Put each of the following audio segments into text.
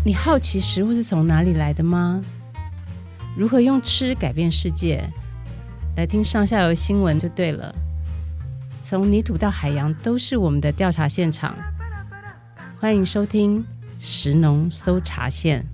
你好奇食物是从哪里来的吗？如何用吃改变世界？来听上下游新闻就对了。从泥土到海洋都是我们的调查现场，欢迎收听食农搜查线。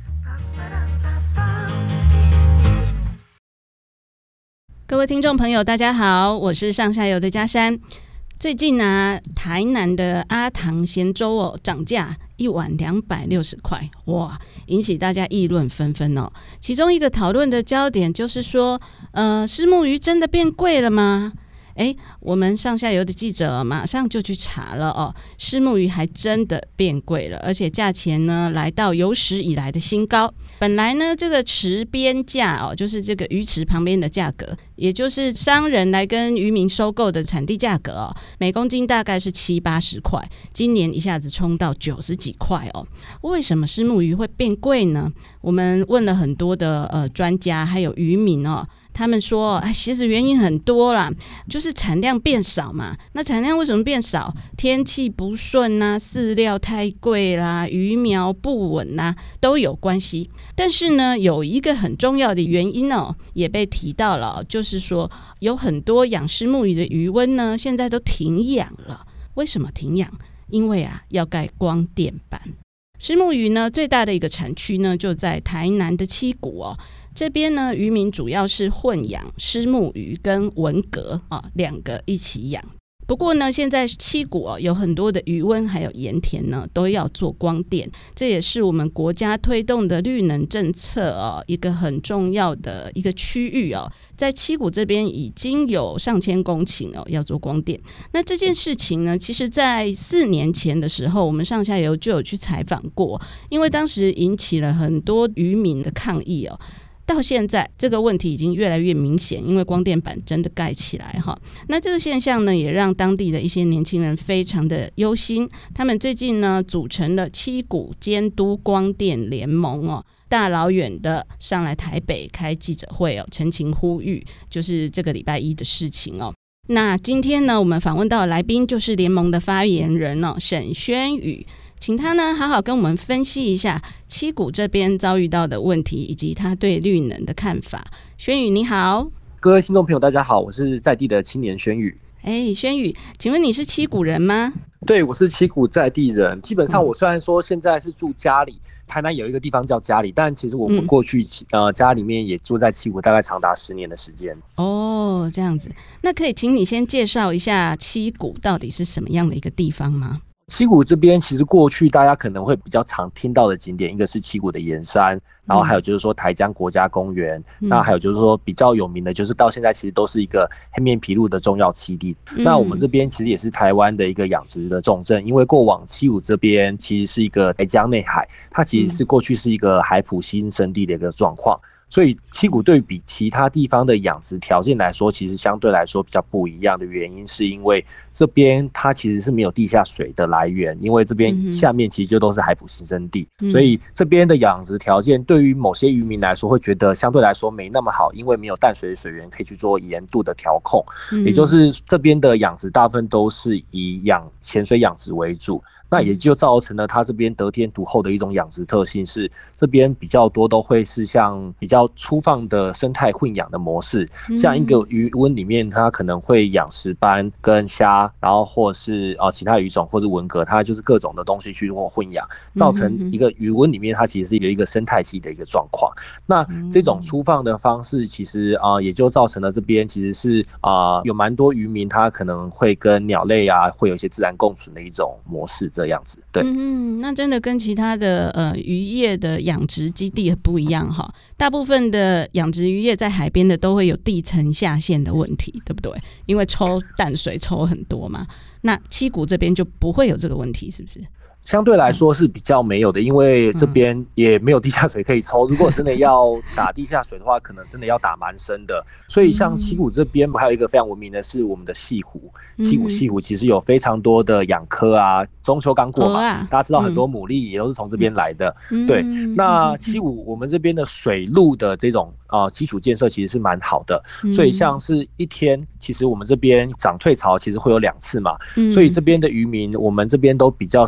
各位听众朋友大家好，我是上下游的嘉珊。最近台南的阿唐咸粥涨价1碗260块，哇，引起大家议论纷纷哦。其中一个讨论的焦点就是说，虱目鱼真的变贵了吗？我们上下游的记者马上就去查了哦，虱目鱼还真的变贵了，而且价钱呢来到有史以来的新高。本来呢，这个池边价哦，就是这个鱼池旁边的价格，也就是商人来跟渔民收购的产地价格哦，每公斤大概是70-80块，今年一下子冲到90几块哦。为什么虱目鱼会变贵呢？我们问了很多的专家还有渔民哦。他们说其实原因很多啦，就是产量变少嘛。那产量为什么变少？天气不顺啊，饲料太贵啦，鱼苗不稳啊，都有关系。但是呢，有一个很重要的原因也被提到了，就是说有很多养虱目鱼的渔塭呢，现在都停养了。为什么停养？因为要盖光电板。虱目鱼呢，最大的一个产区呢，就在台南的七股哦。这边呢，渔民主要是混养虱目鱼跟文蛤两个一起养。不过呢，现在七股有很多的渔塭还有盐田呢，都要做光电，这也是我们国家推动的绿能政策一个很重要的一个区域在七股这边已经有上千公顷要做光电。那这件事情呢，其实在4年前的时候，我们上下游就有去采访过，因为当时引起了很多渔民的抗议到现在这个问题已经越来越明显，因为光电板真的盖起来那这个现象呢，也让当地的一些年轻人非常的忧心。他们最近呢，组成了七股监督光电联盟大老远的上来台北开记者会陈情呼吁，就是这个礼拜一的事情那今天呢，我们访问到的来宾就是联盟的发言人沈轩宇，请他呢好好跟我们分析一下七股这边遭遇到的问题，以及他对绿能的看法。轩宇你好。 各位听众朋友大家好，我是在地的青年轩宇。 轩宇，请问你是七股人吗？ 对，我是七股在地人。基本上我虽然说现在是住家里，台南有一个地方叫家里，但其实我们过去家里面也住在七股，大概长达10年的时间。 这样子，那可以请你先介绍一下七股到底是什么样的一个地方吗？ 七股这边其实过去大家可能会比较常听到的景点，一个是七股的盐山，然后还有就是说台江国家公园，那还有就是说比较有名的就是到现在其实都是一个黑面琵鹭的重要栖地。那我们这边其实也是台湾的一个养殖的重镇，因为过往七股这边其实是一个台江内海，它其实是过去是一个海埔新生地的一个状况。所以七股对比其他地方的养殖条件来说，其实相对来说比较不一样的原因，是因为这边它其实是没有地下水的来源，因为这边下面其实就都是海埔新生地，所以这边的养殖条件对于某些渔民来说会觉得相对来说没那么好，因为没有淡水水源可以去做盐度的调控，也就是这边的养殖大部分都是以咸水养殖为主。那也就造成了它这边得天独厚的一种养殖特性，是这边比较多都会是像比较粗放的生态混养的模式，像一个渔塭里面它可能会养石斑跟虾，然后或是其他鱼种或是文蛤，它就是各种的东西去做混养，造成一个渔塭里面它其实是有一个生态系的一个状况。那这种粗放的方式其实也就造成了这边其实是有蛮多渔民他可能会跟鸟类会有一些自然共存的一种模式这样子。对， 那真的跟其他的渔业的养殖基地很不一样哈。大部分的养殖渔业在海边的都会有地层下陷的问题，对不对？因为抽淡水抽很多嘛。那七股这边就不会有这个问题，是不是？ 相对来说是比较没有的，因为这边也没有地下水可以抽。如果真的要打地下水的话，可能真的要打蛮深的。所以像七股这边还有一个非常闻名的是我们的西湖，七股西湖其实有非常多的养科中秋刚过嘛，大家知道很多牡蛎也都是从这边来的。对，那七股我们这边的水路的这种基础建设其实是蛮好的，所以像是一天，其实我们这边涨退潮其实会有2次嘛，所以这边的渔民我们这边都比较是透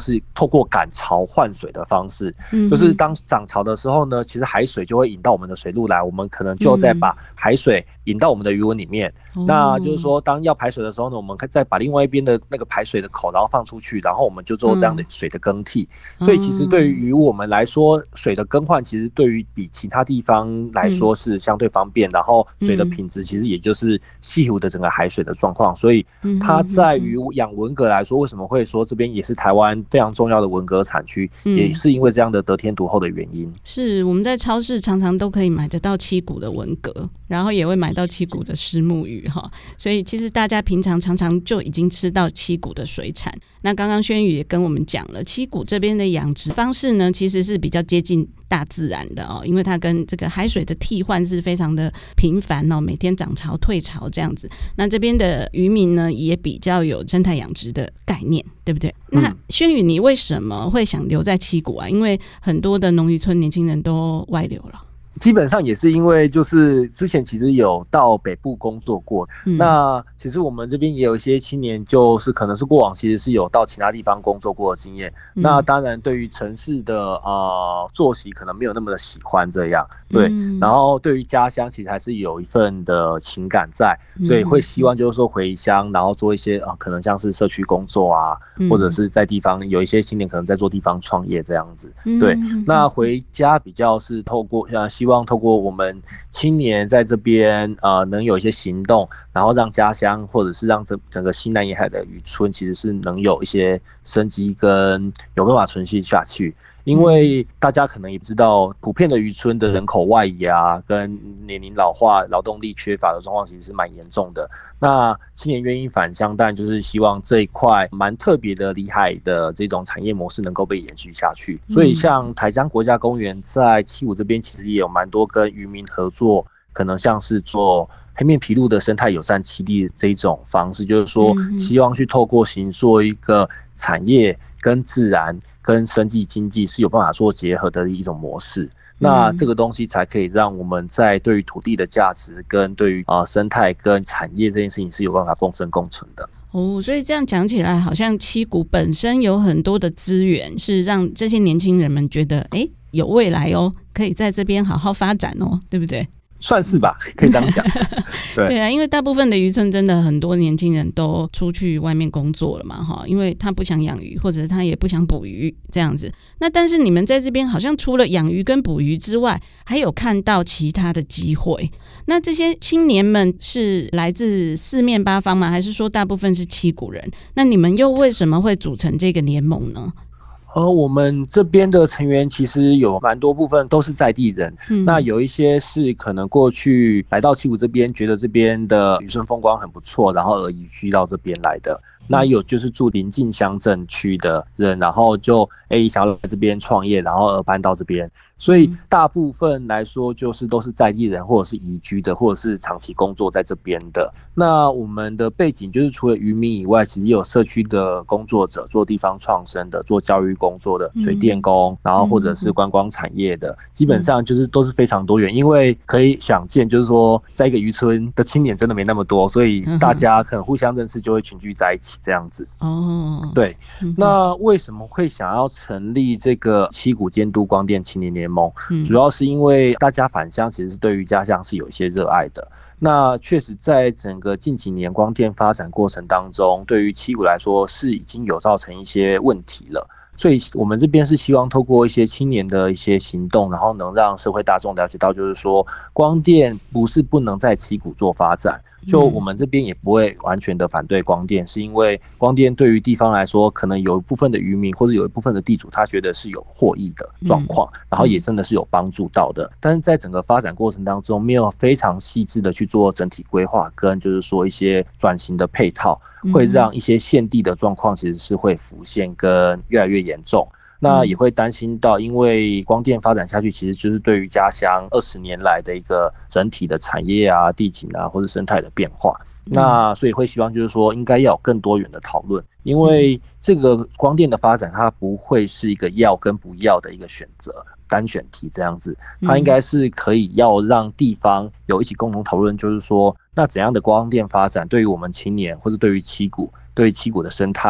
透过赶潮换水的方式，就是当涨潮的时候呢，其实海水就会引到我们的水路来，我们可能就再把海水引到我们的鱼塭里面。那就是说，当要排水的时候呢，我们再把另外一边的那个排水的口，然后放出去，然后我们就做这样的水的更替。所以其实对于我们来说，水的更换其实对于比其他地方来说是相对方便，然后水的品质其实也就是西湖的整个海水的状况。所以它在于养文蛤来说，为什么会说这边也是台湾非常重要的文蛤产区，也是因为这样的得天独厚的原因。 是我们在超市常常都可以买得到七股的文蛤，然后也会买到七股的虱目鱼哈，所以其实大家平常常常就已经吃到七股的水产。那刚刚轩宇也跟我们讲了，七股这边的养殖方式呢，其实是比较接近大自然的哦，因为它跟这个海水的替换是非常的频繁哦，每天涨潮退潮这样子。那这边的渔民呢，也比较有生态养殖的概念，对不对？那轩宇，你为什么会想留在七股啊？因为很多的农渔村年轻人都外流了。 基本上也是因为就是之前其实有到北部工作过，那其实我们这边也有一些青年，就是可能是过往其实是有到其他地方工作过的经验。那当然对于城市的作息可能没有那么的喜欢这样，对。然后对于家乡其实还是有一份的情感在，所以会希望就是说回乡，然后做一些可能像是社区工作啊，或者是在地方有一些青年可能在做地方创业这样子，对。那回家比较是透过希望透过我们青年在这边能有一些行动，然后让家乡或者是让整个西南沿海的渔村其实是能有一些生机跟有办法存续下去。因为大家可能也不知道，普遍的渔村的人口外移啊，跟年龄老化、劳动力缺乏的状况其实是蛮严重的。那青年愿意返乡，当然就是希望这一块蛮特别的离海的这种产业模式能够被延续下去。所以像台江国家公园在七股这边，其实也有蛮多跟渔民合作，可能像是做黑面琵鹭的生态友善栖地这一种方式，就是说希望去透过行做一个产业跟自然跟生技经济是有办法做结合的一种模式。那这个东西才可以让我们在对于土地的价值跟对于生态跟产业这件事情是有办法共生共存的。 所以这样讲起来，好像七股本身有很多的资源，是让这些年轻人们觉得有未来哦，可以在这边好好发展哦，对不对？ 算是吧，可以这样讲。 对啊，因为大部分的渔村真的很多年轻人都出去外面工作了嘛，哈，因为他不想养鱼，或者是他也不想捕鱼这样子。那但是你们在这边好像除了养鱼跟捕鱼之外，还有看到其他的机会。那这些青年们是来自四面八方吗？还是说大部分是七股人？那你们又为什么会组成这个联盟呢？ 我们这边的成员其实有蛮多部分都是在地人，那有一些是可能过去来到七股这边，觉得这边的渔村风光很不错，然后而移居到这边来的。那有就是住邻近乡镇区的人，然后就想要来这边创业，然后而搬到这边。所以大部分来说就是都是在地人，或者是移居的，或者是长期工作在这边的。那我们的背景就是除了渔民以外，其实也有社区的工作者，做地方创生的，做教育工作的，水电工，然后或者是观光产业的，基本上就是都是非常多元。因为可以想见，就是说在一个渔村的青年真的没那么多，所以大家可能互相认识，就会群聚在一起这样子。对。那为什么会想要成立这个七股监督光电青年联盟？主要是因为大家返乡其实是对于家乡是有一些热爱的。那确实在整个近几年光电发展过程当中，对于七股来说是已经有造成一些问题了。所以我们这边是希望透过一些青年的一些行动，然后能让社会大众了解到，就是说光电不是不能在七股做发展，就我们这边也不会完全的反对光电，是因为光电对于地方来说，可能有一部分的渔民或者有一部分的地主，他觉得是有获益的状况，然后也真的是有帮助到的。但是在整个发展过程当中，没有非常细致的去做整体规划，跟就是说一些转型的配套，会让一些现地的状况其实是会浮现跟越来越严重。那也会担心到，因为光电发展下去，其实就是对于家乡20年来的一个整体的产业啊、地景啊或者生态的变化。那所以会希望就是说，应该要有更多元的讨论，因为这个光电的发展，它不会是一个要跟不要的一个选择单选题这样子，它应该是可以要让地方有一起共同讨论，就是说，那怎样的光电发展对于我们青年，或是对于七股，对于七股的生态，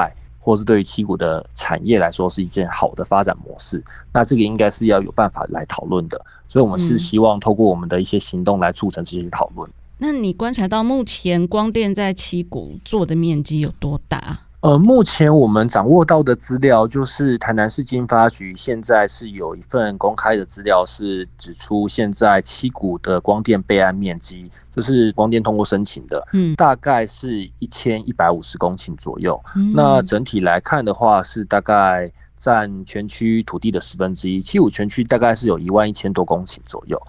或是对于七股的产业来说是一件好的发展模式。那这个应该是要有办法来讨论的，所以我们是希望透过我们的一些行动来促成这些讨论。 那你观察到目前光电在七股做的面积有多大？ 目前我们掌握到的资料就是台南市经发局现在是有一份公开的资料，是指出现在七股的光电备案面积，就是光电通过申请的，大概是1150公顷左右。那整体来看的话，是大概占全区土地的1/10，七股全区大概是有11000多公顷左右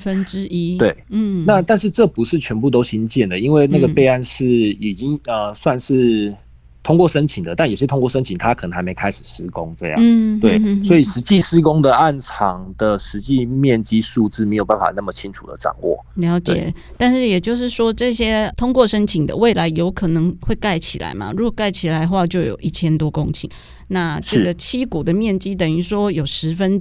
1/10。 对，那但是这不是全部都新建的，因为那个备案是已经算是通过申请的，但有些通过申请它可能还没开始施工这样。对，所以实际施工的案场的实际面积数字没有办法那么清楚的掌握。 了解，但是也就是说这些通过申请的未来有可能会盖起来嘛？如果盖起来的话就有1000多公顷，那这个七股的面积等于说有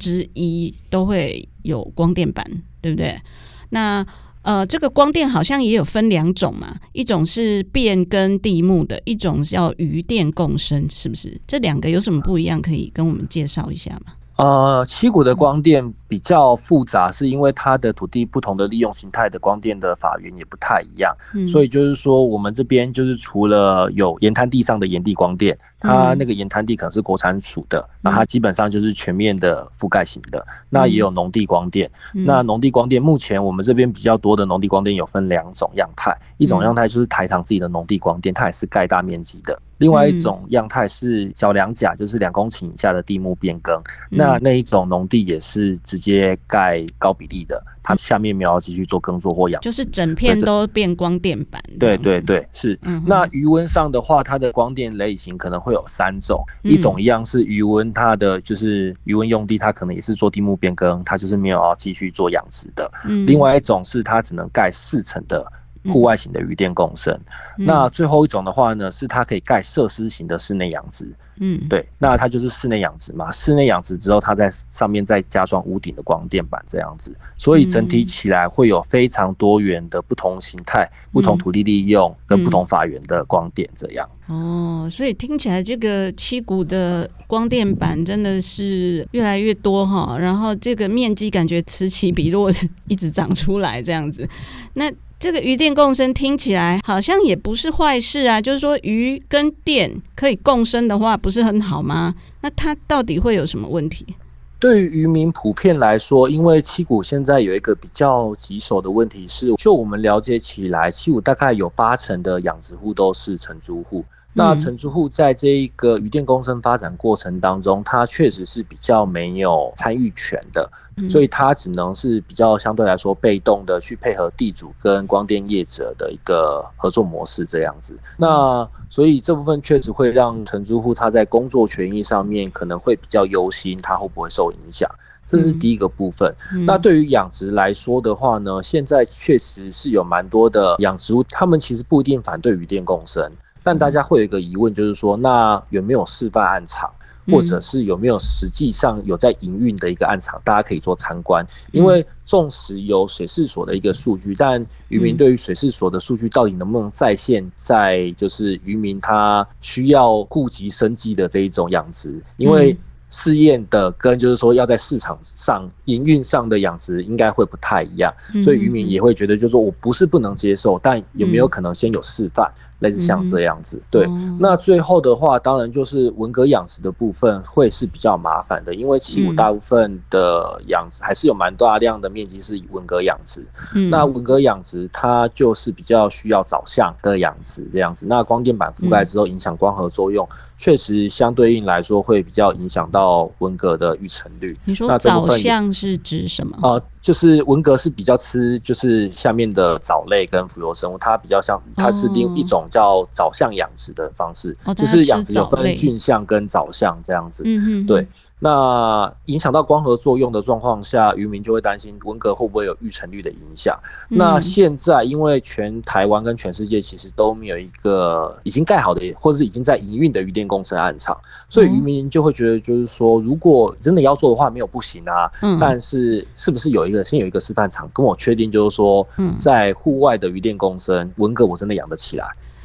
1/10都会有光电板，对不对？那这个光电好像也有分2种嘛，一种是变更地目的，一种叫余电共生，是不是？这2个有什么不一样？可以跟我们介绍一下吗？ 七股的光电比较复杂，是因为它的土地不同的利用形态的光电的法源也不太一样，所以就是说我们这边就是除了有沿滩地上的沿地光电，它那个沿滩地可能是国产属的，那它基本上就是全面的覆盖型的。那也有农地光电，那农地光电目前我们这边比较多的农地光电有分2种样态，一种样态就是台糖自己的农地光电，它也是盖大面积的。另外一种样态是小2甲，就是2公顷以下的地目变更，那一种农地也是直接盖高比例的，它下面没有要继续做耕作或养殖， 就是整片都变光电板。 对对对，是。那余温上的话，它的光电类型可能会有3种，一种一样是余温，它的就是余温用地，它可能也是做地目变更，它就是没有要继续做养殖的。另外一种是它只能盖4层的户外型的余电共生，那最后一种的话呢，是它可以盖设施型的室内养殖。对，那它就是室内养殖嘛，室内养殖之后，它在上面再加装屋顶的光电板这样子，所以整体起来会有非常多元的不同形态、不同土地利用跟不同法源的光电这样。 所以听起来这个七股的光电板真的是越来越多哈，然后这个面积感觉此起彼落，一直长出来这样子。那这个余电共生听起来好像也不是坏事啊，就是说余跟电可以共生的话，不是很好吗？那它到底会有什么问题？ 对于渔民普遍来说，因为七股现在有一个比较棘手的问题是，就我们了解起来，七股大概有80%的养殖户都是承租户。那承租户在这一个渔电共生发展过程当中，他确实是比较没有参与权的，所以他只能是比较相对来说被动的去配合地主跟光电业者的一个合作模式这样子。那所以这部分确实会让承租户他在工作权益上面可能会比较忧心，他会不会受影响？这是第一个部分。那对于养殖来说的话呢，现在确实是有蛮多的养殖户，他们其实不一定反对渔电共生，但大家会有一个疑问，就是说，那有没有示范案场，或者是有没有实际上有在营运的一个案场，大家可以做参观？因为纵使有水试所的一个数据，但渔民对于水试所的数据到底能不能再现在就是渔民他需要顾及生计的这一种养殖，因为试验的跟就是说要在市场上营运上的养殖应该会不太一样，所以渔民也会觉得就是说我不是不能接受，但有没有可能先有示范，类似像这样子。对，那最后的话当然就是文蛤养殖的部分会是比较麻烦的，因为七股大部分的养殖还是有蛮大量的面积是以文蛤养殖，那文蛤养殖它就是比较需要藻相的养殖这样子，那光电板覆盖之后影响光合作用，确实相对应来说会比较影响到文蛤的育成率。 你说藻相是指什么？ 就是文蛤是比较吃就是下面的藻类跟浮游生物，它比较像它是另一种叫藻相养殖的方式，就是养殖有分菌相跟藻相这样子。对。那影响到光合作用的状况下，渔民就会担心文蛤会不会有育成率的影响。那现在因为全台湾跟全世界其实都没有一个已经盖好的或是已经在营运的渔电共生案场，所以渔民就会觉得就是说，如果真的要做的话没有不行啊，但是是不是先有一个示范场跟我确定就是说在户外的渔电共生文蛤我真的养得起来。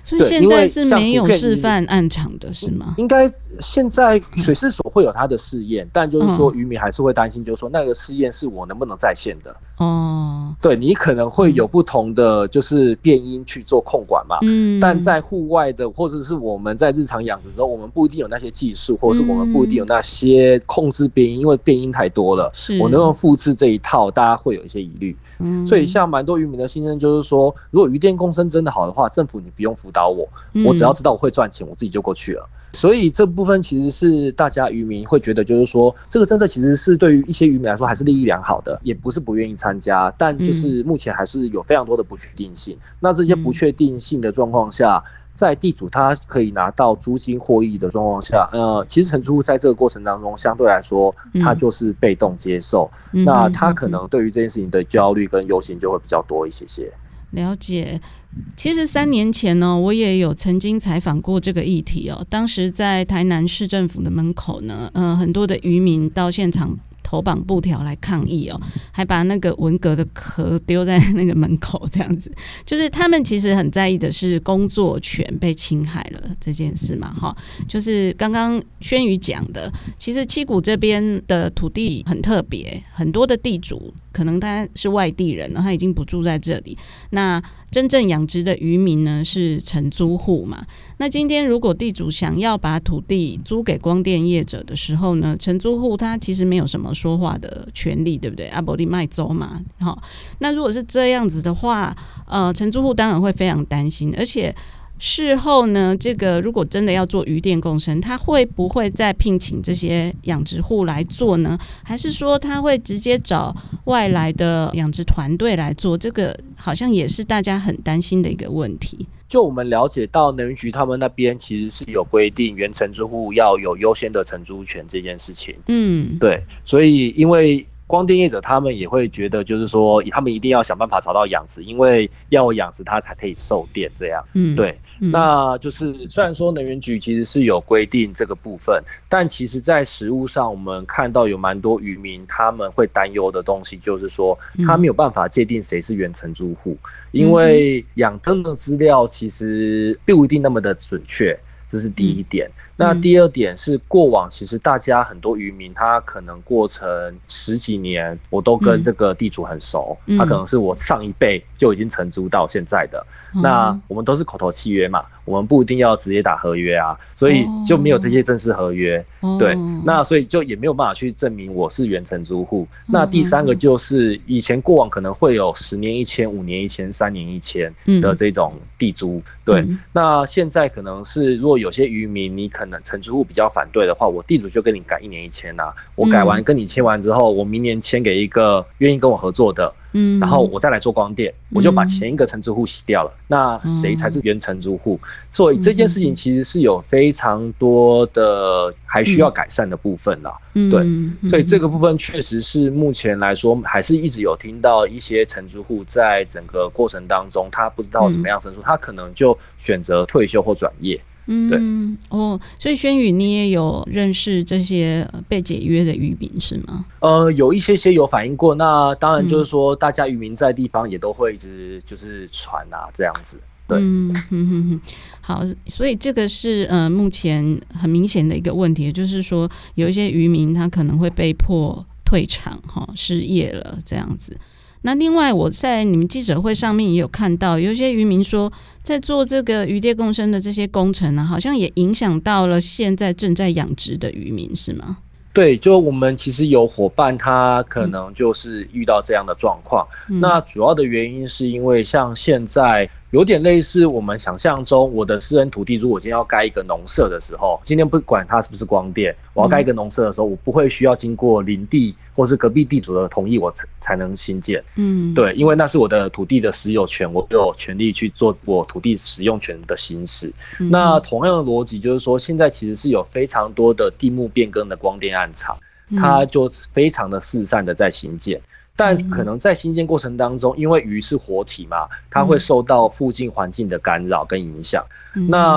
所以现在是没有示范案场的是吗？ 应该现在水试所会有它的试验，但就是说渔民还是会担心，就是说那个试验是我能不能在线的哦。对，你可能会有不同的就是变音去做控管嘛，但在户外的或者是我们在日常养殖之后，我们不一定有那些技术，或者是我们不一定有那些控制变音，因为变音太多了，我能不能复制这一套，大家会有一些疑虑。所以像蛮多渔民的心声就是说，如果渔电共生真的好的话，政府你不用辅导我，我只要知道我会赚钱，我自己就过去了。所以这部分其实是大家渔民会觉得，就是说这个政策其实是对于一些渔民来说还是利益良好的，也不是不愿意参加，但就是目前还是有非常多的不确定性。那这些不确定性的状况下，在地主他可以拿到租金获益的状况下，其实承租户在这个过程当中相对来说他就是被动接受，那他可能对于这件事情的焦虑跟忧心就会比较多一些些。 了解。其实3年前呢，我也有曾经采访过这个议题哦。当时在台南市政府的门口呢，很多的渔民到现场投绑布条来抗议哦，还把那个文革的壳丢在那个门口，这样子，就是他们其实很在意的是工作权被侵害了这件事嘛，哈，就是刚刚轩宇讲的，其实七股这边的土地很特别，很多的地主可能他是外地人，他已经不住在这里，那真正养殖的渔民呢是承租户嘛。那今天如果地主想要把土地租给光电业者的时候呢，承租户他其实没有什么说话的权利，对不对？阿伯利卖走嘛，那如果是这样子的话，承租户当然会非常担心，而且事后呢，这个如果真的要做渔电共生，他会不会再聘请这些养殖户来做呢？还是说他会直接找外来的养殖团队来做？这个好像也是大家很担心的一个问题。 就我们了解到，能源局他们那边其实是有规定，原承租户要有优先的承租权这件事情。对，所以因为光电业者他们也会觉得，就是说他们一定要想办法找到养殖，因为要有养殖它才可以售电这样。对，那就是虽然说能源局其实是有规定这个部分，但其实在实务上我们看到有蛮多渔民他们会担忧的东西，就是说他没有办法界定谁是原承租户，因为养灯的资料其实不一定那么的准确。这是第一点。那第二点是过往其实大家很多渔民他可能过程10几年我都跟这个地主很熟，他可能是我上一辈就已经承租到现在的，那我们都是口头契约嘛，我们不一定要直接打合约啊，所以就没有这些正式合约。对，那所以就也没有办法去证明我是原承租户。那第三个就是以前过往可能会有10年一签、5年一签、3年一签的这种地租。对，那现在可能是如果有些渔民你可能承租户比较反对的话，我地主就跟你改1年1签啊，我改完跟你签完之后，我明年签给一个愿意跟我合作的，然后我再来做光电，我就把前一个承租户洗掉了，那谁才是原承租户？所以这件事情其实是有非常多的还需要改善的部分啦。对，所以这个部分确实是目前来说还是一直有听到一些承租户在整个过程当中，他不知道怎么样承租，他可能就选择退休或转业。对， 所以轩宇你也有认识这些被解约的渔民是吗？ 有一些有反映过，那当然就是说大家渔民在地方也都会一直就是传啊这样子。对， 好，所以这个是目前很明显的一个问题，就是说有一些渔民他可能会被迫退场失业了这样子。那另外我在你们记者会上面也有看到，有些渔民说在做这个渔电共生的这些工程呢，好像也影响到了现在正在养殖的渔民，是吗？ 对，就我们其实有伙伴他可能就是遇到这样的状况，那主要的原因是因为像现在有点类似我们想象中，我的私人土地如果今天要盖一个农舍的时候，今天不管它是不是光电，我要盖一个农舍的时候，我不会需要经过邻地或是隔壁地主的同意我才能兴建。对，因为那是我的土地的私有权，我有权利去做我土地使用权的行使。那同样的逻辑就是说，现在其实是有非常多的地目变更的光电案场，它就非常的四散的在兴建。但可能在新建过程当中，因为鱼是活体嘛，它会受到附近环境的干扰跟影响。那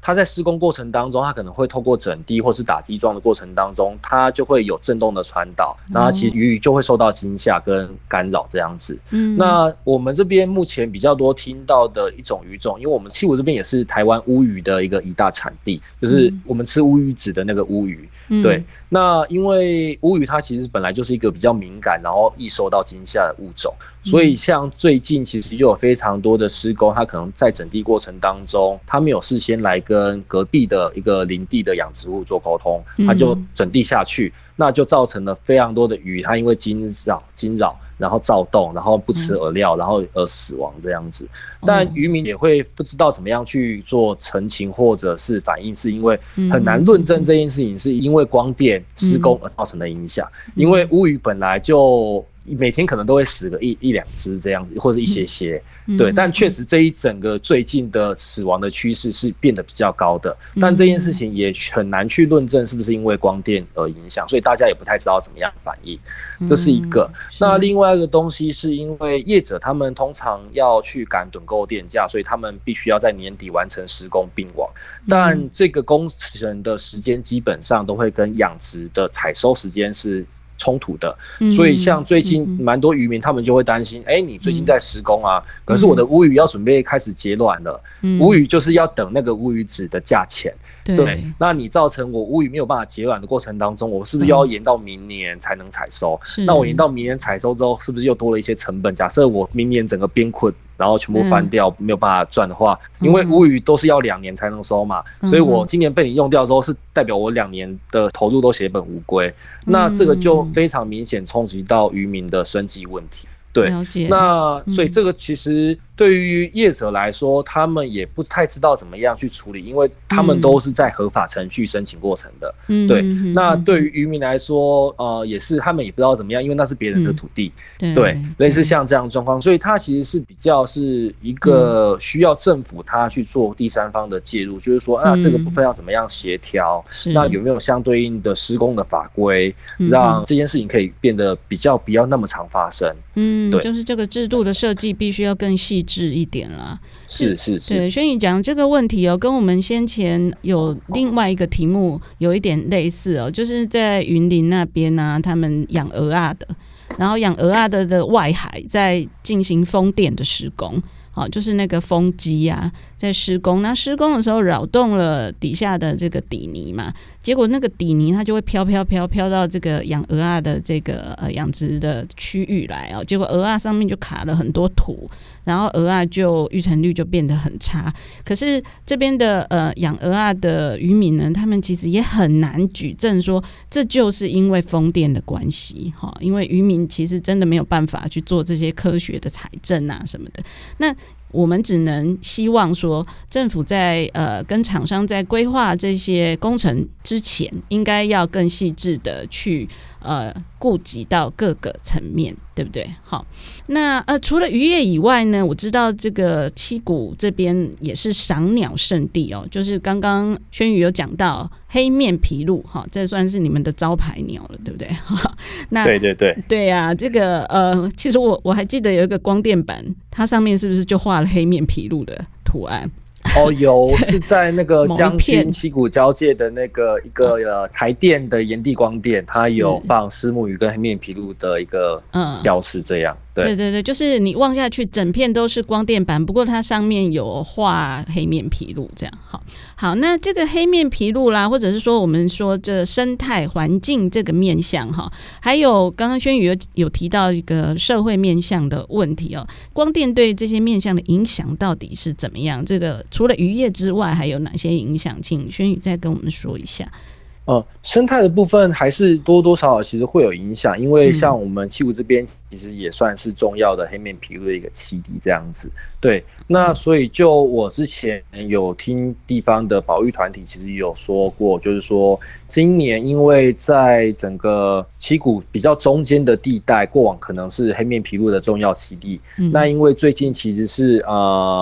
它在施工过程当中，它可能会透过整地或是打基桩的过程当中，它就会有震动的传导，然后其实鱼就会受到惊吓跟干扰这样子。那我们这边目前比较多听到的一种鱼种，因为我们七股这边也是台湾乌鱼的一大产地，就是我们吃乌鱼子的那个乌鱼。对，那因为乌鱼它其实本来就是一个比较敏感，然后易受到惊吓的物种，所以像最近其实就有非常多的施工，它可能在整地过程当中，它没有事先来跟隔壁的一个林地的养殖户做沟通，它就整地下去，那就造成了非常多的鱼，它因为惊扰，然后躁动，然后不吃饵料，然后而死亡这样子。但渔民也会不知道怎么样去做澄清或者是反应，是因为很难论证这件事情是因为光电施工而造成的影响，因为乌鱼本来就每天可能都会死个一两只这样子，或者一些，对，但确实这一整个最近的死亡的趋势是变得比较高的，但这件事情也很难去论证是不是因为光电而影响，所以大家也不太知道怎么样反应，这是一个。那另外一个东西是因为业者他们通常要去赶趸购电价，所以他们必须要在年底完成施工并网，但这个工程的时间基本上都会跟养殖的采收时间是冲突的，所以像最近蛮多渔民他们就会担心，你最近在施工啊，可是我的乌鱼要准备开始结卵了，乌鱼就是要等那个乌鱼子的价钱，对，那你造成我乌鱼没有办法结卵的过程当中，我是不是要延到明年才能采收？那我延到明年采收之后，是不是又多了一些成本？假设我明年整个边困，然后全部翻掉，没有办法赚的话，因为乌鱼都是要2年才能收嘛，所以我今年被你用掉之后，是代表我2年的投入都血本无归，那这个就非常明显冲击到渔民的生计问题。对，那所以这个其实对于业者来说，他们也不太知道怎么样去处理，因为他们都是在合法程序申请过程的。对，那对于渔民来说，也是他们也不知道怎么样，因为那是别人的土地。对，类似像这样的状况，所以它其实是比较是一个需要政府他去做第三方的介入，就是说这个部分要怎么样协调，那有没有相对应的施工的法规，让这件事情可以变得比较不要那么常发生。 就是这个制度的设计必须要更细致一点啦。 是。 对，轩宇讲这个问题跟我们先前有另外一个题目有一点类似就是在云林那边啊，他们养蚵仔的，然后养蚵仔的外海在进行风电的施工。就是那个风机啊，在施工，那施工的时候扰动了底下的这个底泥嘛，结果那个底泥它就会飘到这个养蚵仔的这个养殖的区域来结果蚵仔上面就卡了很多土，然后蚵仔就育成率就变得很差。可是这边的养蚵仔的渔民呢，他们其实也很难举证说这就是因为风电的关系因为渔民其实真的没有办法去做这些科学的采证啊什么的。那我们只能希望说，政府在跟厂商在规划这些工程之前，应该要更细致的去顾及到各个层面，对不对？好，那除了渔业以外呢，我知道这个七股这边也是赏鸟圣地就是刚刚轩宇有讲到黑面琵鹭这算是你们的招牌鸟了，对不对？那对啊，这个其实我还记得有一个光电板，它上面是不是就画了黑面琵鹭的图案？ 有是在那个将军七股交界的那个一个台电的炎帝光电，它有放虱目鱼跟黑面琵鹭的一个标识，这样。 对，就是你望下去，整片都是光电板，不过它上面有画黑面琵鹭，这样。好，那这个黑面琵鹭啦，或者是说我们说这生态环境这个面向还有刚刚轩宇有提到一个社会面向的问题光电对这些面向的影响到底是怎么样？这个除了渔业之外，还有哪些影响？请轩宇再跟我们说一下。 生态的部分还是多多少少其实会有影响，因为像我们七股这边其实也算是重要的黑面琵鹭的一个栖地这样子。对，那所以就我之前有听地方的保育团体其实有说过，就是说今年因为在整个七股比较中间的地带，过往可能是黑面琵鹭的重要栖地，那因为最近其实是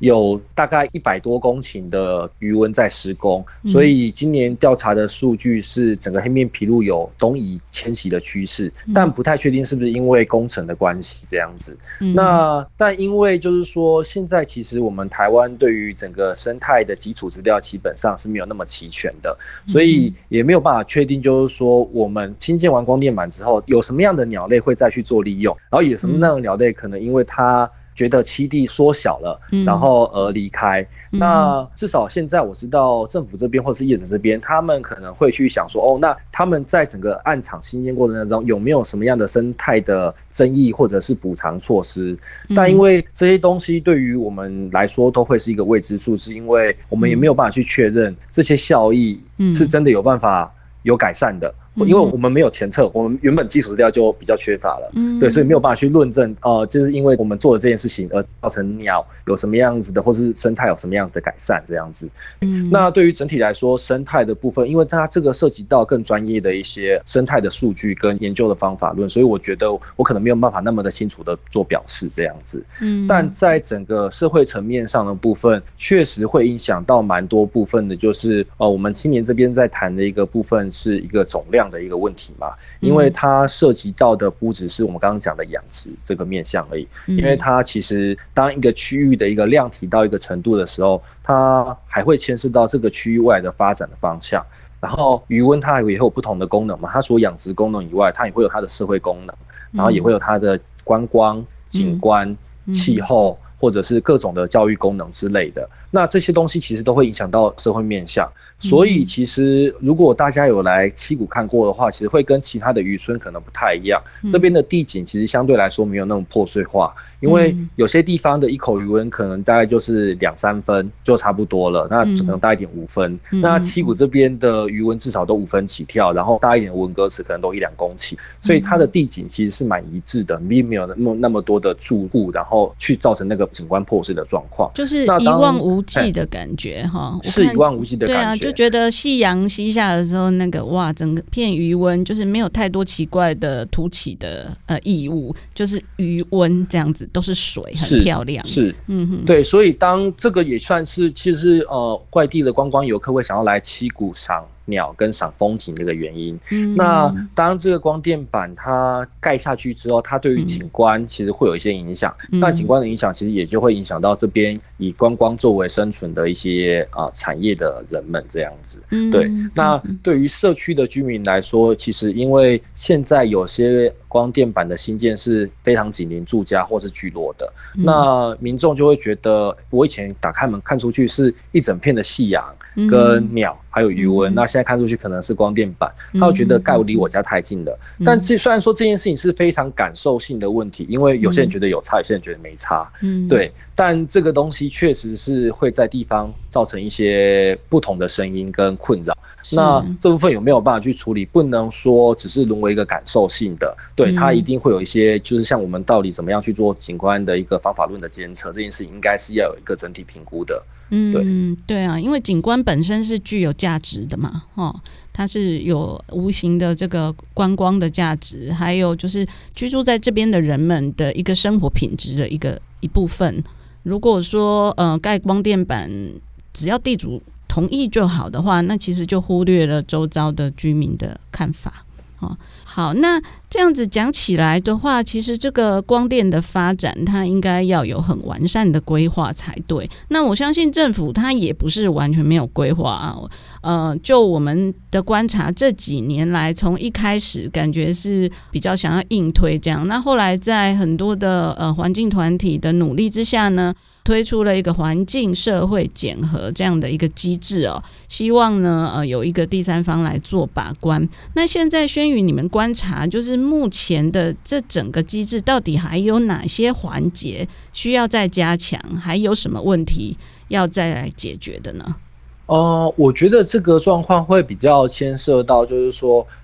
有大概100多公顷的余温在施工，所以今年调查的数据是整个黑面琵鹭有东移迁徙的趋势，但不太确定是不是因为工程的关系这样子。但因为就是说现在其实我们台湾对于整个生态的基础资料基本上是没有那么齐全的，所以也没有办法确定就是说我们新建完光电板之后有什么样的鸟类会再去做利用，然后有什么样的鸟类可能因为它觉得栖地缩小了，然后而离开。那至少现在我知道政府这边或是业者这边，他们可能会去想说，那他们在整个案场新建过程当中有没有什么样的生态的争议或者是补偿措施？但因为这些东西对于我们来说都会是一个未知数，是因为我们也没有办法去确认这些效益是真的有办法有改善的。因为我们没有前测，我们原本基础资料就比较缺乏了，对，所以没有办法去论证，就是因为我们做了这件事情而造成鸟有什么样子的，或是生态有什么样子的改善这样子。那对于整体来说，生态的部分，因为它这个涉及到更专业的一些生态的数据跟研究的方法论，所以我觉得我可能没有办法那么的清楚的做表示这样子。但在整个社会层面上的部分，确实会影响到蛮多部分的，就是我们青年这边在谈的一个部分是一个总量的一个问题嘛，因为它涉及到的不只是我们刚刚讲的养殖这个面向而已，因为它其实当一个区域的一个量提到一个程度的时候，它还会牵涉到这个区域未来的发展的方向。然后余温它也会有不同的功能嘛，它除了养殖功能以外，它也会有它的社会功能，然后也会有它的观光、景观、气候，或者是各种的教育功能之类的。那这些东西其实都会影响到社会面向，所以其实如果大家有来七股看过的话，其实会跟其他的渔村可能不太一样。这边的地景其实相对来说没有那么破碎化，因为有些地方的一口渔温可能大概就是2-3分就差不多了，那可能大一点5分。那七股这边的渔温至少都5分起跳，然后大一点的文革池可能都1-2公顷，所以它的地景其实是蛮一致的，并没有那么多的住户，然后去造成那个景观破碎的状况， 就是一望无际的感觉哈。 是一望无际的感觉。 对啊，就觉得夕阳西下的时候，那个哇，整个片余温就是没有太多奇怪的凸起的异物，就是余温这样子，都是水，很漂亮。 是，对，所以当这个也算是其实外地的观光游客会想要来七股赏鸟跟赏风景的一个原因。那当这个光电板它盖下去之后，它对于景观其实会有一些影响。那景观的影响其实也就会影响到这边以观光作为生存的一些产业的人们这样子。对，那对于社区的居民来说，其实因为现在有些光电板的新建是非常紧邻住家或是聚落的，那民众就会觉得，我以前打开门看出去是一整片的夕阳跟鸟还有余温，那现在看出去可能是光电板，他会觉得盖离我家太近了。但虽然说这件事情是非常感受性的问题，因为有些人觉得有差，有些人觉得没差，对，但这个东西确实是会在地方造成一些不同的声音跟困扰。那这部分有没有办法去处理？不能说只是沦为一个感受性的，对，它一定会有一些，就是像我们到底怎么样去做景观的一个方法论的监测，这件事情应该是要有一个整体评估的。 对啊，因为景观本身是具有价值的嘛，它是有无形的这个观光的价值，还有就是居住在这边的人们的一个生活品质的一部分。如果说盖光电板，只要地主同意就好的话，那其实就忽略了周遭的居民的看法。好，那这样子讲起来的话，其实这个光电的发展，它应该要有很完善的规划才对。那我相信政府它也不是完全没有规划就我们的观察，这几年来，从一开始感觉是比较想要硬推这样，那后来在很多的环境团体的努力之下呢，推出了一个环境社会检核这样的一个机制希望呢有一个第三方来做把关。那现在轩宇，你们观察就是目前的这整个机制到底还有哪些环节需要再加强，还有什么问题要再来解决的呢？ 我觉得这个状况会比较牵涉到，就是说，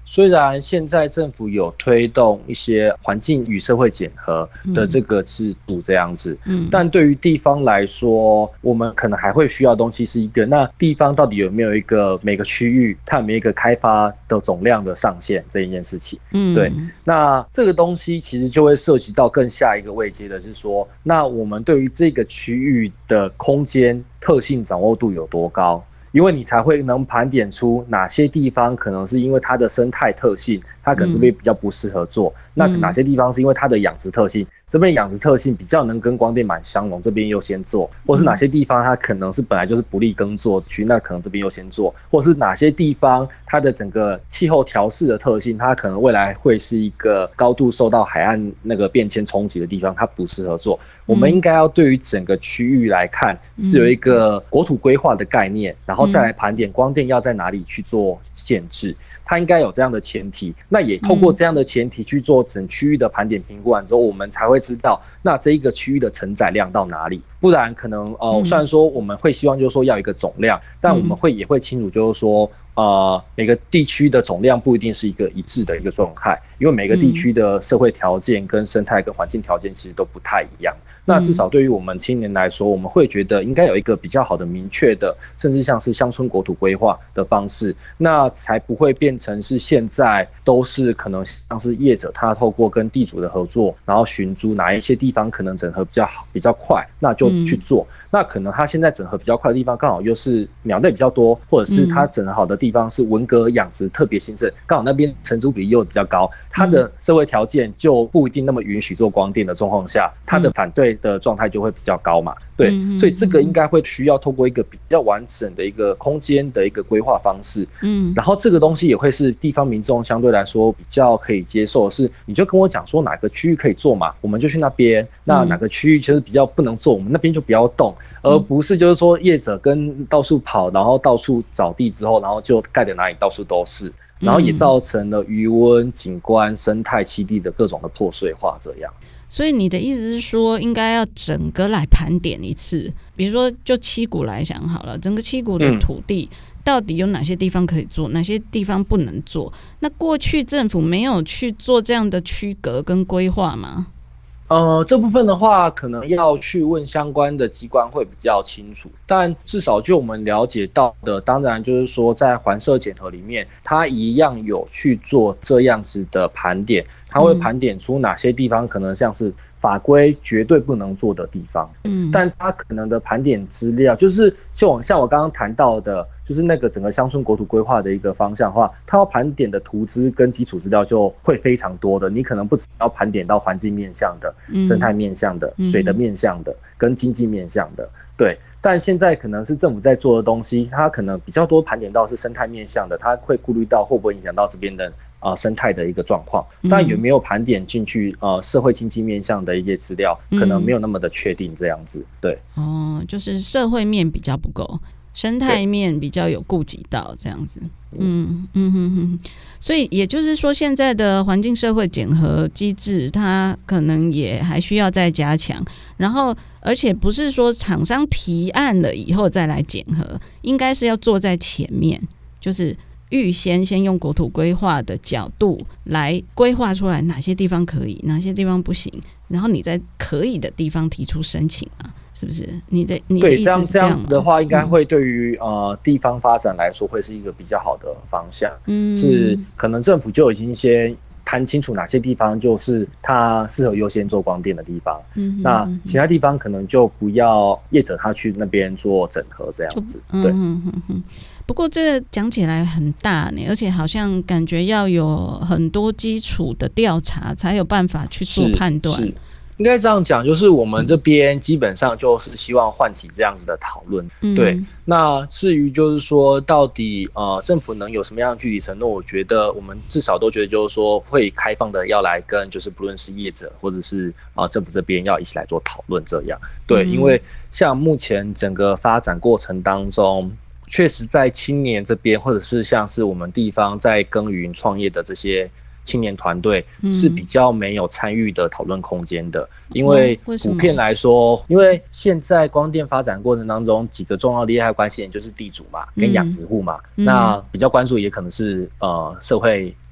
虽然现在政府有推动一些环境与社会检核的这个制度这样子，但对于地方来说，我们可能还会需要的东西是一个，那地方到底有没有一个每个区域它有没有一个开发的总量的上限这一件事情？对，那这个东西其实就会涉及到更下一个位阶的是说，那我们对于这个区域的空间特性掌握度有多高？因为你才会能盘点出哪些地方可能是因为它的生态特性，它可能这边比较不适合做，那哪些地方是因为它的养殖特性，这边养殖特性比较能跟光电板相容，这边优先做，或是哪些地方它可能是本来就是不利耕作区，那可能这边优先做，或是哪些地方它的整个气候调适的特性，它可能未来会是一个高度受到海岸那个变迁冲击的地方，它不适合做。我们应该要对于整个区域来看，是有一个国土规划的概念，然后再来盘点光电要在哪里去做建制，它应该有这样的前提。那也透过这样的前提去做整区域的盘点评估完之后，我们才会知道那这一个区域的承载量到哪里。不然可能虽然说我们会希望就是说要有一个总量，但我们也会清楚就是说每个地区的总量不一定是一个一致的一个状态，因为每个地区的社会条件跟生态跟环境条件其实都不太一样。那至少对于我们青年来说，我们会觉得应该有一个比较好的明确的，甚至像是乡村国土规划的方式，那才不会变成是现在都是可能像是业者他透过跟地主的合作，然后寻租哪一些地方可能整合比较好比较快，那就去做。那可能他现在整合比较快的地方刚好又是鸟类比较多，或者是他整合好的地方是文革养殖特别兴盛，刚好那边承租比例又比较高，它的社会条件就不一定那么允许做光电的状况下，它的反对的状态就会比较高嘛。对，所以这个应该会需要透过一个比较完整的一个空间的一个规划方式，然后这个东西也会是地方民众相对来说比较可以接受的是，你就跟我讲说哪个区域可以做嘛，我们就去那边，那哪个区域就是比较不能做，我们那边就不要动，而不是就是说业者跟到处跑，然后到处找地之后，然后就盖的哪里到处都是，然后也造成了渔温、景观、生态、栖地的各种的破碎化这样。 所以你的意思是说，应该要整个来盘点一次，比如说就七股来讲好了，整个七股的土地到底有哪些地方可以做，哪些地方不能做？那过去政府没有去做这样的区隔跟规划吗？ 这部分的话，可能要去问相关的机关会比较清楚。但至少就我们了解到的，当然就是说，在环社检核里面，它一样有去做这样子的盘点，它会盘点出哪些地方可能像是法规绝对不能做的地方。但它可能的盘点资料，就是像我刚刚谈到的，就是那个整个乡村国土规划的一个方向的话，它要盘点的图资跟基础资料就会非常多的。你可能不只要盘点到环境面向的、生态面向的、水的面向的、跟经济面向的，对。但现在可能是政府在做的东西，它可能比较多盘点到是生态面向的，它会顾虑到会不会影响到这边的生态的一个状况，但有没有盘点进去社会经济面向的一些资料，可能没有那么的确定这样子。对， 就是社会面比较不够，生态面比较有顾及到这样子。所以也就是说，现在的环境社会检核机制，它可能也还需要再加强。然后，而且不是说厂商提案了以后再来检核，应该是要坐在前面，就是预先用国土规划的角度来规划出来哪些地方可以，哪些地方不行，然后你在可以的地方提出申请啊，是不是？你的意思是这样吗？ 的话，应该会对于地方发展来说会是一个比较好的方向。是可能政府就已经先谈清楚哪些地方就是它适合优先做光电的地方，那其他地方可能就不要业者他去那边做整合这样子。对。 不过这个讲起来很大呢，而且好像感觉要有很多基础的调查才有办法去做判断。 应该这样讲，就是我们这边基本上就是希望唤起这样子的讨论。对，那至于就是说到底政府能有什么样的具体承诺，我觉得我们至少都觉得就是说会开放的要来跟就是不论是业者或者是政府这边要一起来做讨论这样。对，因为像目前整个发展过程当中，确实在青年这边或者是像是我们地方在耕耘创业的这些青年团队是比较没有参与的讨论空间的，因为普遍来说，因为现在光电发展过程当中几个重要利害关系人就是地主嘛，跟养殖户嘛，那比较关注也可能是社会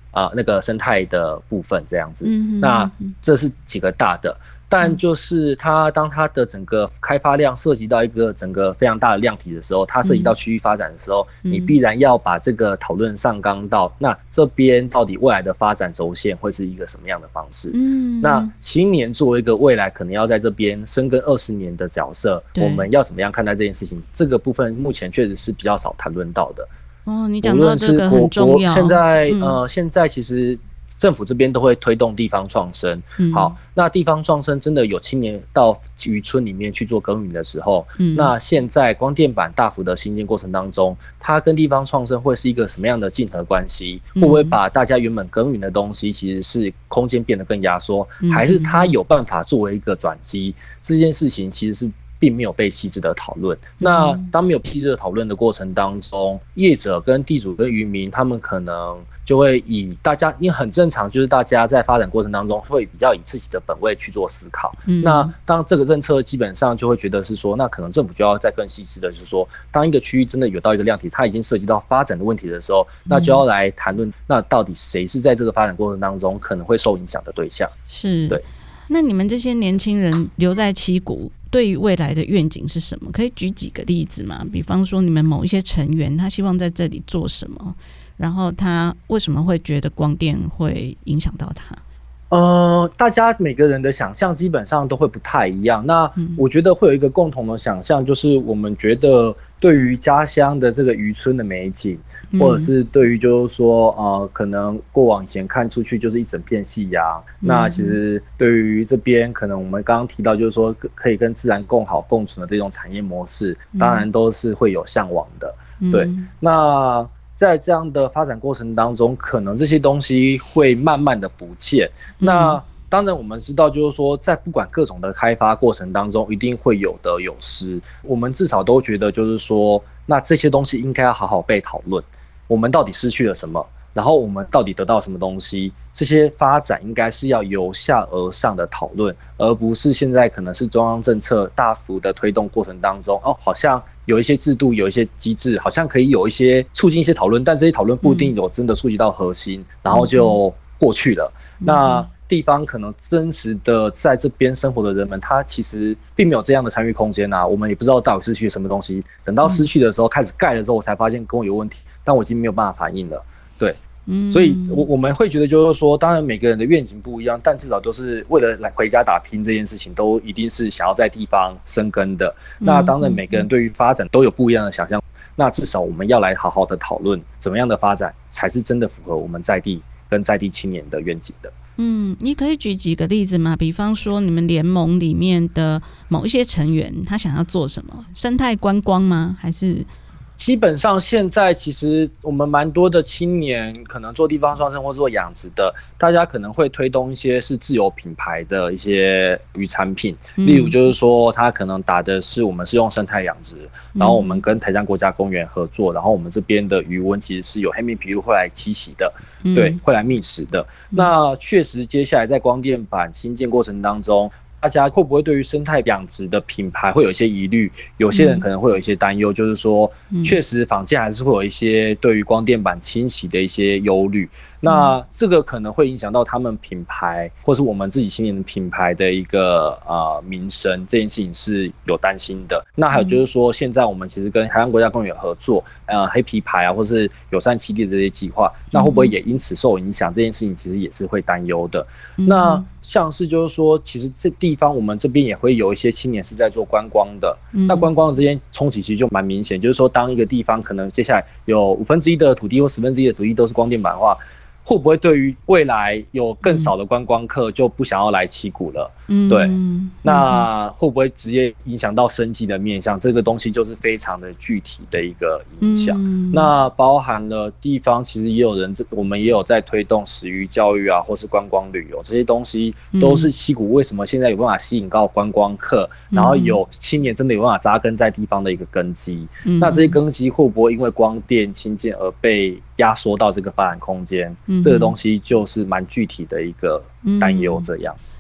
那个生态的部分这样子。那这是几个大的。但就是当它的整个开发量涉及到一个整个非常大的量体的时候，它涉及到区域发展的时候，你必然要把这个讨论上纲到那这边到底未来的发展轴线会是一个什么样的方式。那青年作为一个未来可能要在这边深耕20年的角色，我们要怎么样看待这件事情？这个部分目前确实是比较少谈论到的。 你讲到这个很重要。 现在其实政府这边都会推动地方创生。好，那地方创生真的有青年到渔村里面去做耕耘的时候，那现在光电板大幅的新建过程当中，它跟地方创生会是一个什么样的竞合关系？会不会把大家原本耕耘的东西其实是空间变得更压缩，还是它有办法作为一个转机？这件事情其实是并没有被细致的讨论。那当没有细致的讨论的过程当中，业者跟地主跟渔民他们可能就会以大家，因为很正常，就是大家在发展过程当中会比较以自己的本位去做思考。那当这个政策基本上就会觉得是说，那可能政府就要再更细致的，就是说，当一个区域真的有到一个量体，它已经涉及到发展的问题的时候，那就要来谈论，那到底谁是在这个发展过程当中可能会受影响的对象？ 是， 对。 那你们这些年轻人留在七股，对于未来的愿景是什么？可以举几个例子吗？比方说，你们某一些成员他希望在这里做什么，然后他为什么会觉得光电会影响到他？ 大家每个人的想象基本上都会不太一样。那我觉得会有一个共同的想象，就是我们觉得对于家乡的这个渔村的美景，或者是对于就是说可能过往以前看出去就是一整片夕阳，那其实对于这边可能我们刚刚提到就是说可以跟自然共好共存的这种产业模式，当然都是会有向往的。对，那在这样的发展过程当中，可能这些东西会慢慢的不见。那当然我们知道就是说，在不管各种的开发过程当中，一定会有得有失。我们至少都觉得就是说，那这些东西应该要好好被讨论，我们到底失去了什么，然后我们到底得到什么东西，这些发展应该是要由下而上的讨论，而不是现在可能是中央政策大幅的推动过程当中，好像有一些制度，有一些机制，好像可以有一些促进一些讨论，但这些讨论不一定有真的触及到核心，然后就过去了。那地方可能真实的在这边生活的人们，他其实并没有这样的参与空间啊，我们也不知道到底失去了什么东西。等到失去的时候，开始盖的时候，我才发现跟我有问题，但我已经没有办法反应了。对，所以我们会觉得就是说，当然每个人的愿景不一样，但至少都是为了来回家打拼这件事情，都一定是想要在地方生根的。那当然每个人对于发展都有不一样的想象，那至少我们要来好好的讨论，怎么样的发展才是真的符合我们在地跟在地青年的愿景的。 你可以举几个例子吗？比方说你们联盟里面的某一些成员，他想要做什么？生态观光吗？还是？ 基本上现在其实我们蛮多的青年可能做地方创生或做养殖的，大家可能会推动一些是自有品牌的一些渔产品，例如就是说他可能打的是我们是用生态养殖，然后我们跟台江国家公园合作，然后我们这边的渔温其实是有黑面琵鹭会来栖息的，对，会来觅食的。那确实接下来在光电板新建过程当中，大家会不会对于生态养殖的品牌会有一些疑虑？有些人可能会有一些担忧，就是说，确实坊间还是会有一些对于光电板侵袭的一些忧虑。那这个可能会影响到他们品牌，或是我们自己青年的品牌的一个名声，这件事情是有担心的。那还有就是说，现在我们其实跟台湾国家公园合作，黑皮牌啊，或是友善栖地的这些计划，那会不会也因此受影响？这件事情其实也是会担忧的。那像是就是说，其实这地方我们这边也会有一些青年是在做观光的，那观光的这些冲击其实就蛮明显，就是说，当一个地方可能接下来有1/5的土地或1/10的土地都是光电板的话，会不会对于未来有更少的观光客就不想要来七股了？对，那会不会直接影响到生计的面向？这个东西就是非常的具体的一个影响。那包含了地方其实也有人，我们也有在推动食渔教育啊，或是观光旅游这些东西，都是七股为什么现在有办法吸引到观光客，然后有青年真的有办法扎根在地方的一个根基。那这些根基会不会因为光电新建而被压缩到这个发展空间？这个东西就是蛮具体的一个担忧，这样。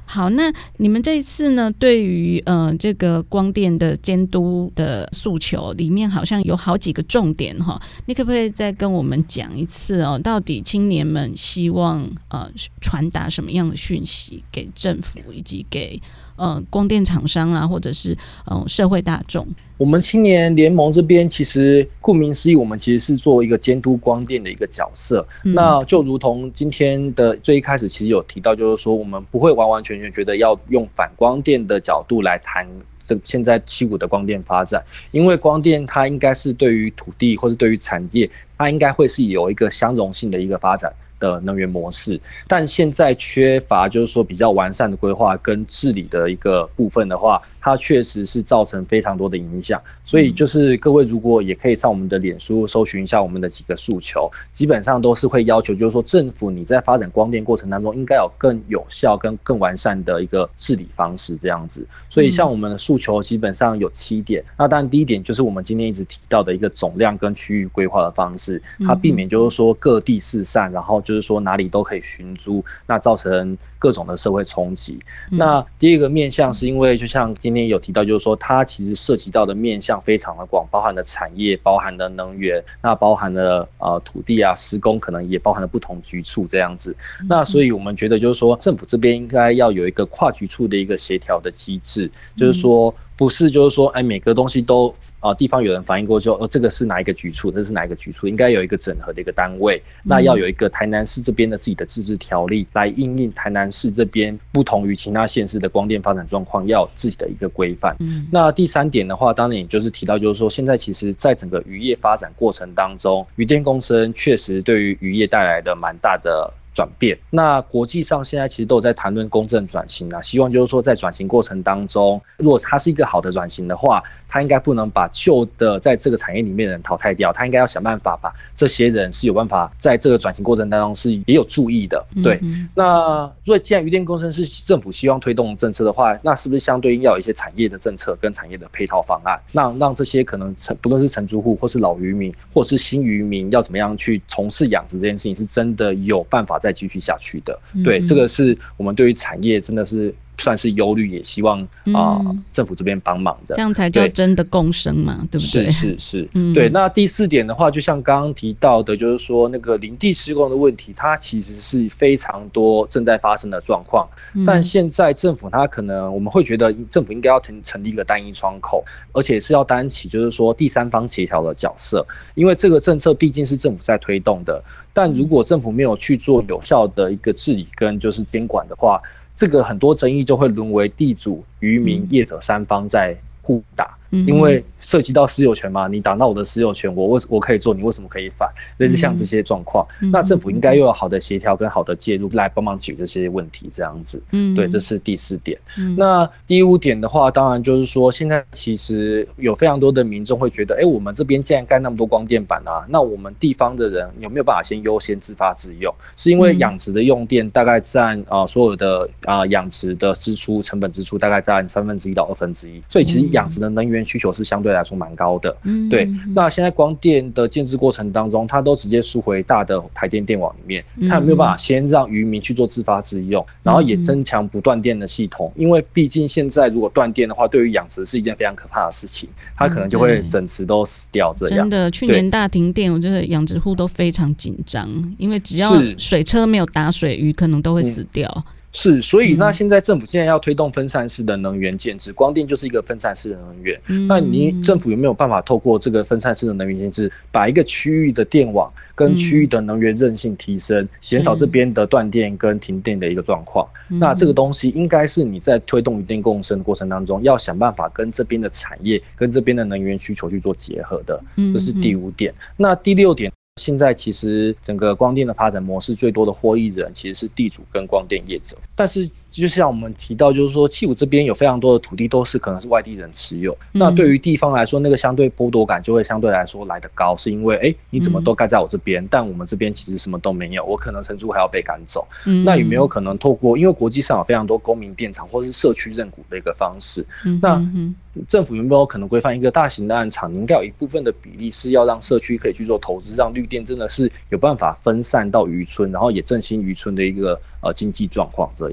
好，那你们这一次呢，对于这个光电的监督的诉求里面，好像有好几个重点哈，你可不可以再跟我们讲一次哦？到底青年们希望传达什么样的讯息给政府以及给光电厂商啦，或者是社会大众？ 我们青年联盟这边其实顾名思义，我们其实是做一个监督光电的一个角色。那就如同今天的最一开始其实有提到，就是说我们不会完完全全觉得要用反光电的角度来谈现在七股的光电发展，因为光电它应该是对于土地或是对于产业，它应该会是有一个相容性的一个发展的能源模式，但现在缺乏就是说比较完善的规划跟治理的一个部分的话，它确实是造成非常多的影响。所以就是各位如果也可以上我们的脸书搜寻一下我们的几个诉求，基本上都是会要求就是说政府你在发展光电过程当中应该有更有效跟更完善的一个治理方式这样子。所以像我们的诉求基本上有7点，那当然第一点就是我们今天一直提到的一个总量跟区域规划的方式，它避免就是说各地四散，然后就是说哪里都可以寻租，那造成各种的社会冲击。那第二个面向是因为就像今天有提到，就是说它其实涉及到的面向非常的广，包含了产业，包含了能源，那包含了土地啊、施工，可能也包含了不同局处这样子。那所以我们觉得就是说政府这边应该要有一个跨局处的一个协调的机制，就是说不是就是说每个东西都地方有人反映过就这个是哪一个局处，这是哪一个局处，应该有一个整合的一个单位，那要有一个台南市这边的自己的自治条例来因应台南市这边不同于其他县市的光电发展状况，要有自己的一个规范。那第3点的话，当然也就是提到就是说现在其实在整个渔业发展过程当中，渔电共生确实对于渔业带来的蛮大的转变。那国际上现在其实都有在谈论公正转型啊，希望就是说在转型过程当中，如果它是一个好的转型的话，它应该不能把旧的在这个产业里面的人淘汰掉，它应该要想办法把这些人是有办法在这个转型过程当中是也有注意的。对，那如果既然渔电共生是政府希望推动政策的话，那是不是相对应要有一些产业的政策跟产业的配套方案，让这些可能不论是承租户或是老渔民或是新渔民要怎么样去从事养殖这件事情是真的有办法再继续下去的。对，这个是我们对于产业真的是算是忧虑，也希望政府这边帮忙的， 这样才叫真的共生嘛，对不对？ 是，对。那第4点的话，就像刚刚提到的，就是说那个林地施工的问题，它其实是非常多正在发生的状况。但现在政府它可能我们会觉得政府应该要成立一个单一窗口，而且是要担起就是说第三方协调的角色，因为这个政策毕竟是政府在推动的。但如果政府没有去做有效的一个治理跟就是监管的话，这个很多争议就会沦为地主、渔民、业者3方在互打，因为涉及到私有权嘛，你打到我的私有权，我可以做，你为什么可以反？类似像这些状况，那政府应该又有好的协调跟好的介入来帮忙解决这些问题，这样子。对，这是第4点。那第5点的话，当然就是说，现在其实有非常多的民众会觉得，我们这边既然盖那么多光电板啊，那我们地方的人有没有办法先优先自发自用？是因为养殖的用电大概占所有的养殖的支出成本支出大概占1/3到1/2，所以其实养殖的能源需求是相对来说蛮高的。对，那现在光电的建制过程当中，它都直接输回大的台电电网里面，它有没有办法先让渔民去做自发自用，然后也增强不断电的系统？因为毕竟现在如果断电的话，对于养殖是一件非常可怕的事情，它可能就会整池都死掉这样。 真的，去年大停电，我觉得养殖户都非常紧张，因为只要水车没有打水，鱼可能都会死掉。 是，所以那现在政府现在要推动分散式的能源建制，光电就是一个分散式的能源。那你政府有没有办法透过这个分散式的能源建制，把一个区域的电网跟区域的能源韧性提升，减少这边的断电跟停电的一个状况？那这个东西应该是你在推动渔电共生的过程当中，要想办法跟这边的产业跟这边的能源需求去做结合的。这是第5点。那第6点。现在其实整个光电的发展模式最多的获益人其实是地主跟光电业者，但是就像我们提到，就是说七股这边有非常多的土地都是可能是外地人持有，那对于地方来说，那个相对剥夺感就会相对来说来得高，是因为你怎么都盖在我这边，但我们这边其实什么都没有，我可能承租还要被赶走。那有没有可能透过，因为国际上有非常多公民电厂或是社区认股的一个方式，那政府有没有可能规范一个大型的案场，你应该有一部分的比例是要让社区可以去做投资，让绿电真的是有办法分散到渔村，然后也振兴渔村的一个经济状况这样。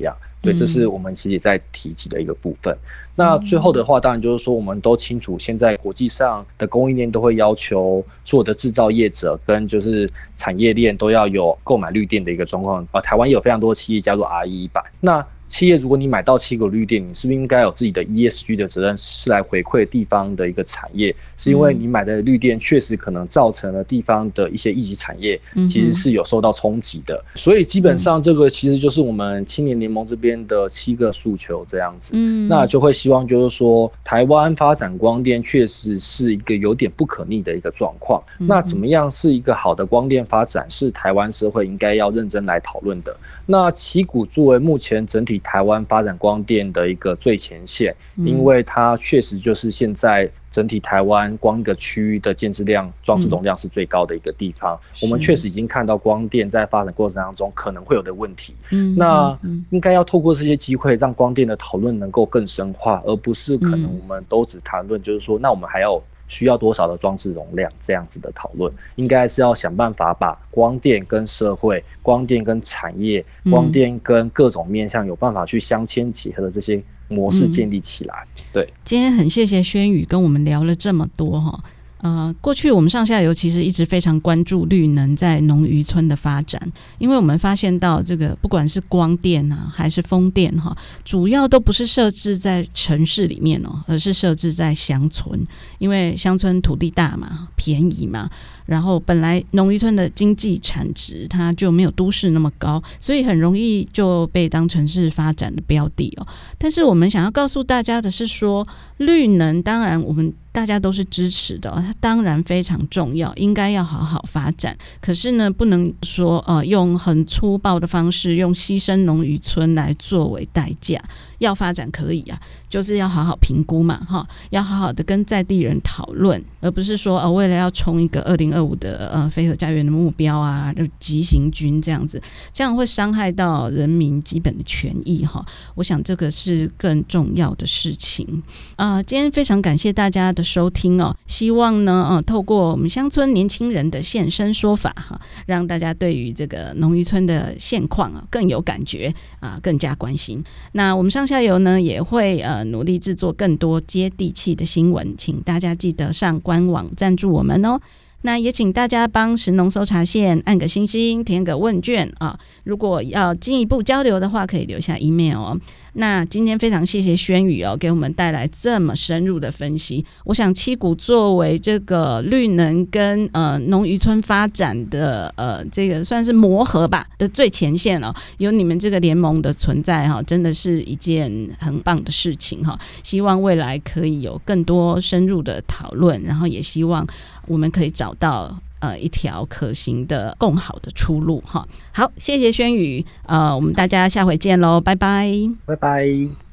对，这是我们其实也在提及的一个部分。那最后的话，当然就是说，我们都清楚，现在国际上的供应链都会要求所有的制造业者跟就是产业链都要有购买绿电的一个状况。台湾也有非常多的企业加入 RE100。那企业如果你买到7个绿电，你是不是应该有自己的 ESG 的责任，是来回馈地方的一个产业？是因为你买的绿电确实可能造成了地方的一些一级产业其实是有受到冲击的。所以基本上这个其实就是我们青年联盟这边的7个诉求这样子。那就会希望就是说，台湾发展光电确实是一个有点不可逆的一个状况。那怎么样是一个好的光电发展，是台湾社会应该要认真来讨论的。那七股作为目前整体台湾发展光电的一个最前线，因为它确实就是现在整体台湾光一个区域的建置量、装置容量是最高的一个地方。我们确实已经看到光电在发展过程当中可能会有的问题。那应该要透过这些机会，让光电的讨论能够更深化，而不是可能我们都只谈论就是说，那我们还要需要多少的装置容量这样子的讨论，应该是要想办法把光电跟社会、光电跟产业、光电跟各种面向有办法去相牵结合的这些模式建立起来。对， 今天很谢谢轩宇跟我们聊了这么多哈。过去我们上下游其实一直非常关注绿能在农渔村的发展，因为我们发现到这个不管是光电啊还是风电哈，主要都不是设置在城市里面哦，而是设置在乡村，因为乡村土地大嘛，便宜嘛，然后本来农渔村的经济产值它就没有都市那么高，所以很容易就被当成是发展的标的哦。但是我们想要告诉大家的是说，绿能当然我们大家都是支持的，它当然非常重要，应该要好好发展。可是呢，不能说用很粗暴的方式，用牺牲农渔村来作为代价。要发展可以啊，就是要好好评估嘛，哈，要好好的跟在地人讨论，而不是说为了要冲一个2025的非核家园的目标啊，就急行军这样子，这样会伤害到人民基本的权益哈。我想这个是更重要的事情。今天非常感谢大家的收听哦，希望呢透过我们乡村年轻人的现身说法哈，让大家对于这个农渔村的现况更有感觉更加关心。那我们上下游呢也会努力制作更多接地气的新闻，请大家记得上官网赞助我们哦。那也请大家帮食农搜查线按个星星，填个问卷啊。如果要进一步交流的话，可以留下 email 哦。那今天非常谢谢轩宇给我们带来这么深入的分析。我想七股作为这个绿能跟农渔村发展的这个算是磨合吧的最前线有你们这个联盟的存在真的是一件很棒的事情希望未来可以有更多深入的讨论，然后也希望我们可以找到一条可行的更好的出路哈。好，谢谢轩宇，我们大家下回见喽，拜拜， 拜拜。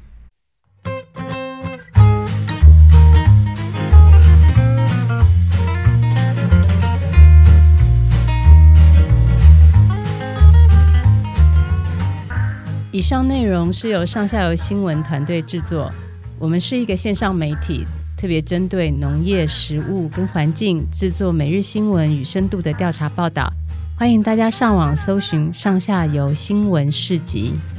以上内容是由上下游新闻团队制作，我们是一个线上媒体，特别针对农业、食物跟环境制作每日新闻与深度的调查报道，欢迎大家上网搜寻上下游新闻市集。